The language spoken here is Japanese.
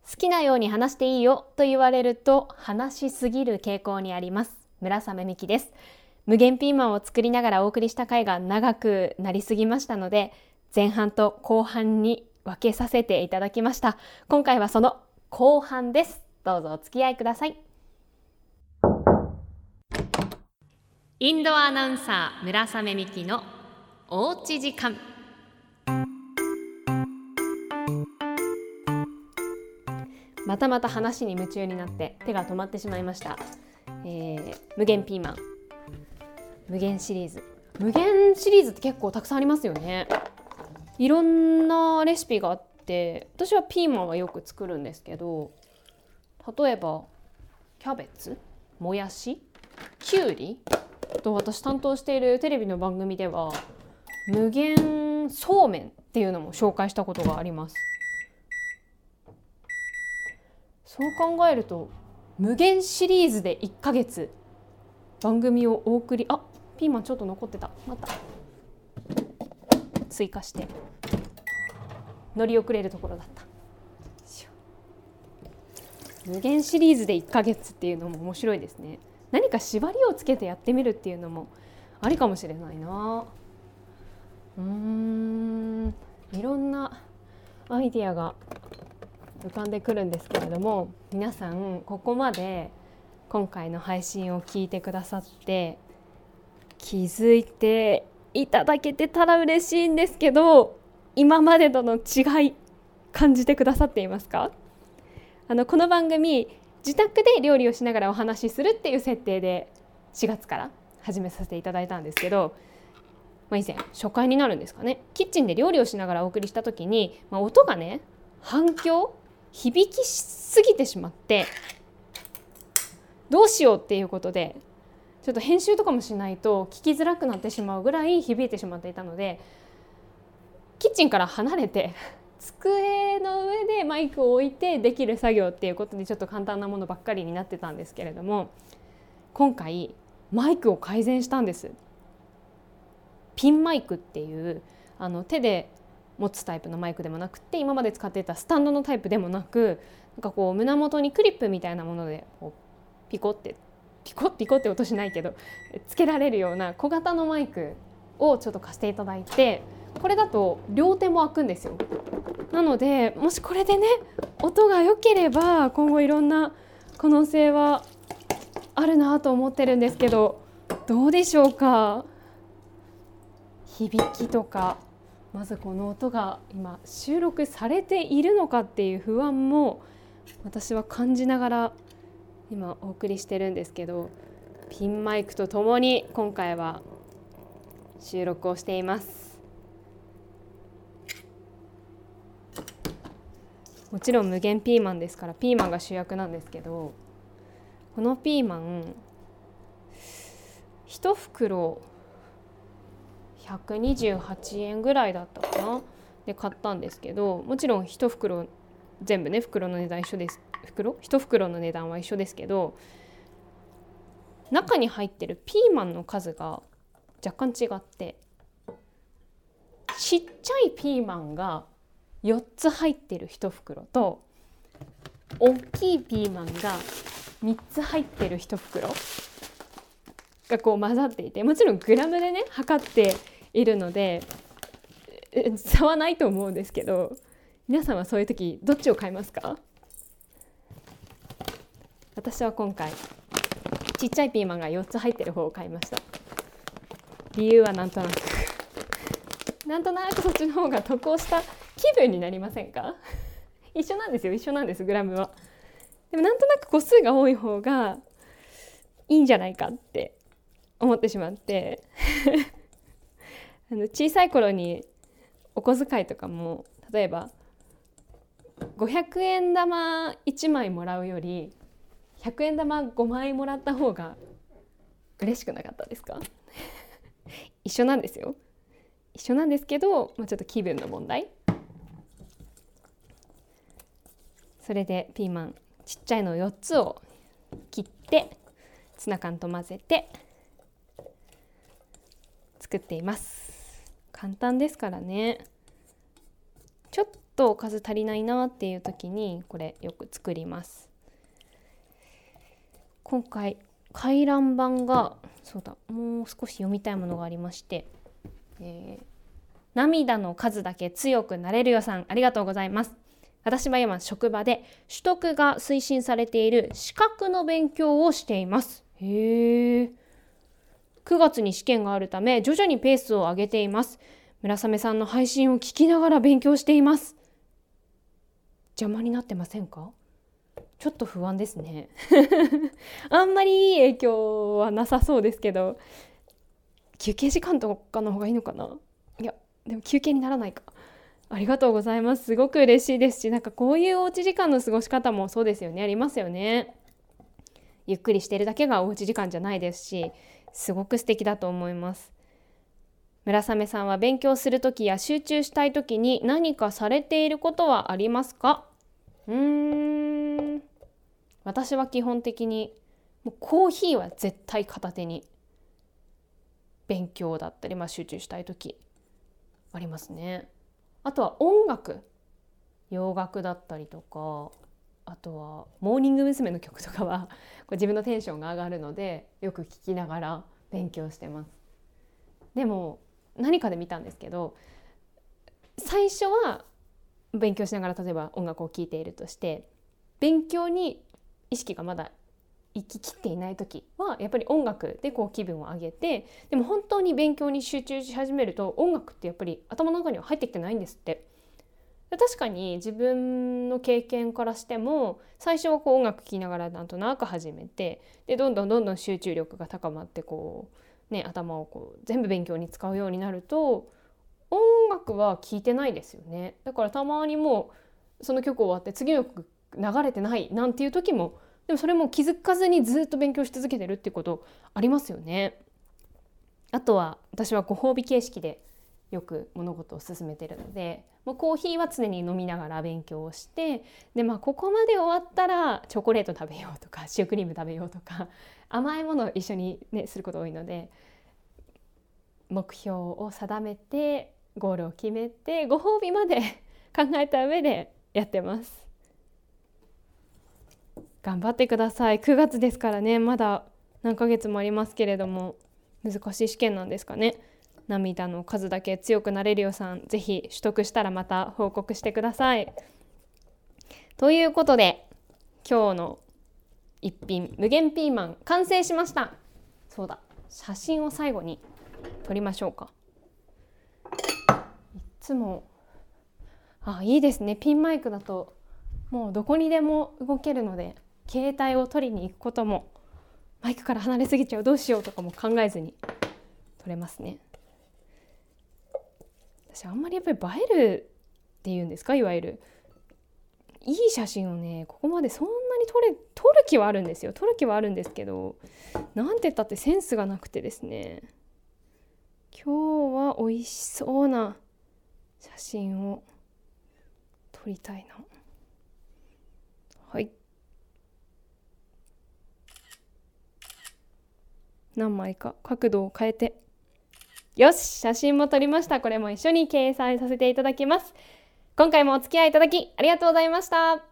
好きなように話していいよと言われると話しすぎる傾向にあります。村雨美希です。無限ピーマンを作りながらお送りした回が長くなりすぎましたので、前半と後半に分けさせていただきました。今回はその後半です。どうぞお付き合いください。インドアナウンサー村雨美希のおうち時間。またまた話に夢中になって手が止まってしまいました。無限ピーマン無限シリーズって結構たくさんありますよね。いろんなレシピがあって、私はピーマンはよく作るんですけど、例えばキャベツ、もやし、きゅうりと、私担当しているテレビの番組では無限そうめんっていうのも紹介したことがあります。そう考えると無限シリーズで1ヶ月番組をお送り、ピーマンちょっと残ってた、また追加して乗り遅れるところだった。無限シリーズで1ヶ月っていうのも面白いですね。何か縛りをつけてやってみるっていうのもありかもしれないな。いろんなアイディアが浮かんでくるんですけれども、皆さんここまで今回の配信を聞いてくださって気づいていただけてたら嬉しいんですけど、今までとの違い感じてくださっていますか？この番組、自宅で料理をしながらお話しするっていう設定で4月から始めさせていただいたんですけど、以前初回になるんですかね、キッチンで料理をしながらお送りした時に、音がね、反響響きすぎてしまって、どうしようっていうことでちょっと編集とかもしないと聞きづらくなってしまうぐらい響いてしまっていたので、キッチンから離れて机の上でマイクを置いてできる作業っていうことでちょっと簡単なものばっかりになってたんですけれども、今回マイクを改善したんです。ピンマイクっていう手で持つタイプのマイクでもなくて、今まで使っていたスタンドのタイプでもなく、胸元にクリップみたいなものでピコって音しないけどつけられるような小型のマイクをちょっと貸していただいて、これだと両手も開くんですよ。なのでもしこれでね、音が良ければ今後いろんな可能性はあるなと思ってるんですけど、どうでしょうか。響きとか、まずこの音が今収録されているのかっていう不安も私は感じながら今お送りしてるんですけど、ピンマイクとともに今回は収録をしています。もちろん無限ピーマンですからピーマンが主役なんですけど、このピーマン1袋128円ぐらいだったかなで買ったんですけど、もちろん1袋全部ね、袋の値段一緒です。1袋の値段は一緒ですけど、中に入ってるピーマンの数が若干違って、ちっちゃいピーマンが4つ入ってる1袋と、大きいピーマンが3つ入ってる1袋が混ざっていて、もちろんグラムでね測っているので差はないと思うんですけど、皆さんはそういう時どっちを買いますか？私は今回ちっちゃいピーマンが4つ入ってる方を買いました。理由はなんとなくそっちの方が得をした気分になりませんか？一緒なんですグラムは。でもなんとなく個数が多い方がいいんじゃないかって思ってしまって小さい頃にお小遣いとかも、例えば500円玉1枚もらうより100円玉5枚もらった方が嬉しくなかったですか？一緒なんですけど、ちょっと気分の問題。それでピーマンちっちゃいの4つを切ってツナ缶と混ぜて作っています。簡単ですからね。ちょっと数足りないなっていう時にこれよく作ります。今回回覧板がもう少し読みたいものがありまして、涙の数だけ強くなれるよさん、ありがとうございます。私は今職場で取得が推進されている資格の勉強をしています。へえ。9月に試験があるため徐々にペースを上げています。村雨さんの配信を聞きながら勉強しています。邪魔になってませんか？ちょっと不安ですねあんまりいい影響はなさそうですけど、休憩時間とかの方がいいのかな。いやでも休憩にならないか。ありがとうございます。すごく嬉しいですし、なんかこういうおうち時間の過ごし方もそうですよね、ありますよね。ゆっくりしているだけがおうち時間じゃないですし、すごく素敵だと思います。村雨さんは勉強するときや集中したいときに何かされていることはありますか？私は基本的にもうコーヒーは絶対片手に、勉強だったり、集中したいときありますね。あとは音楽、洋楽だったりとか、あとはモーニング娘。の曲とかは自分のテンションが上がるのでよく聴きながら勉強してます。でも何かで見たんですけど、最初は勉強しながら例えば音楽を聴いているとして、勉強に意識がまだ行ききっていない時はやっぱり音楽で気分を上げて、でも本当に勉強に集中し始めると音楽ってやっぱり頭の中には入ってきてないんですって。確かに自分の経験からしても最初は音楽聴きながらなんとなく始めて、でどんどん集中力が高まって頭を全部勉強に使うようになると音楽は聴いてないですよね。だからたまにもうその曲終わって次の曲流れてないなんていう時も、でもそれも気づかずにずっと勉強し続けてるってことありますよね。あとは私はご褒美形式でよく物事を進めているので、コーヒーは常に飲みながら勉強をして、でここまで終わったらチョコレート食べようとかシュークリーム食べようとか甘いものを一緒に、すること多いので、目標を定めてゴールを決めてご褒美まで考えた上でやってます。頑張ってください。9月ですからね、まだ何ヶ月もありますけれども、難しい試験なんですかね。涙の数だけ強くなれるよさん、ぜひ取得したらまた報告してください。ということで今日の一品無限ピーマン完成しました。そうだ、写真を最後に撮りましょうか。いつもいいですね、ピンマイクだともうどこにでも動けるので、携帯を取りに行くことも、マイクから離れすぎちゃうどうしようとかも考えずに撮れますね。私あんまりやっぱり映えるっていうんですか、いわゆるいい写真をね、ここまでそんなに撮る気はあるんですよ。撮る気はあるんですけど、なんて言ったってセンスがなくてですね、今日は美味しそうな写真を撮りたいな。はい、何枚か角度を変えて、よし、写真も撮りました。これも一緒に掲載させていただきます。今回もお付き合いいただきありがとうございました。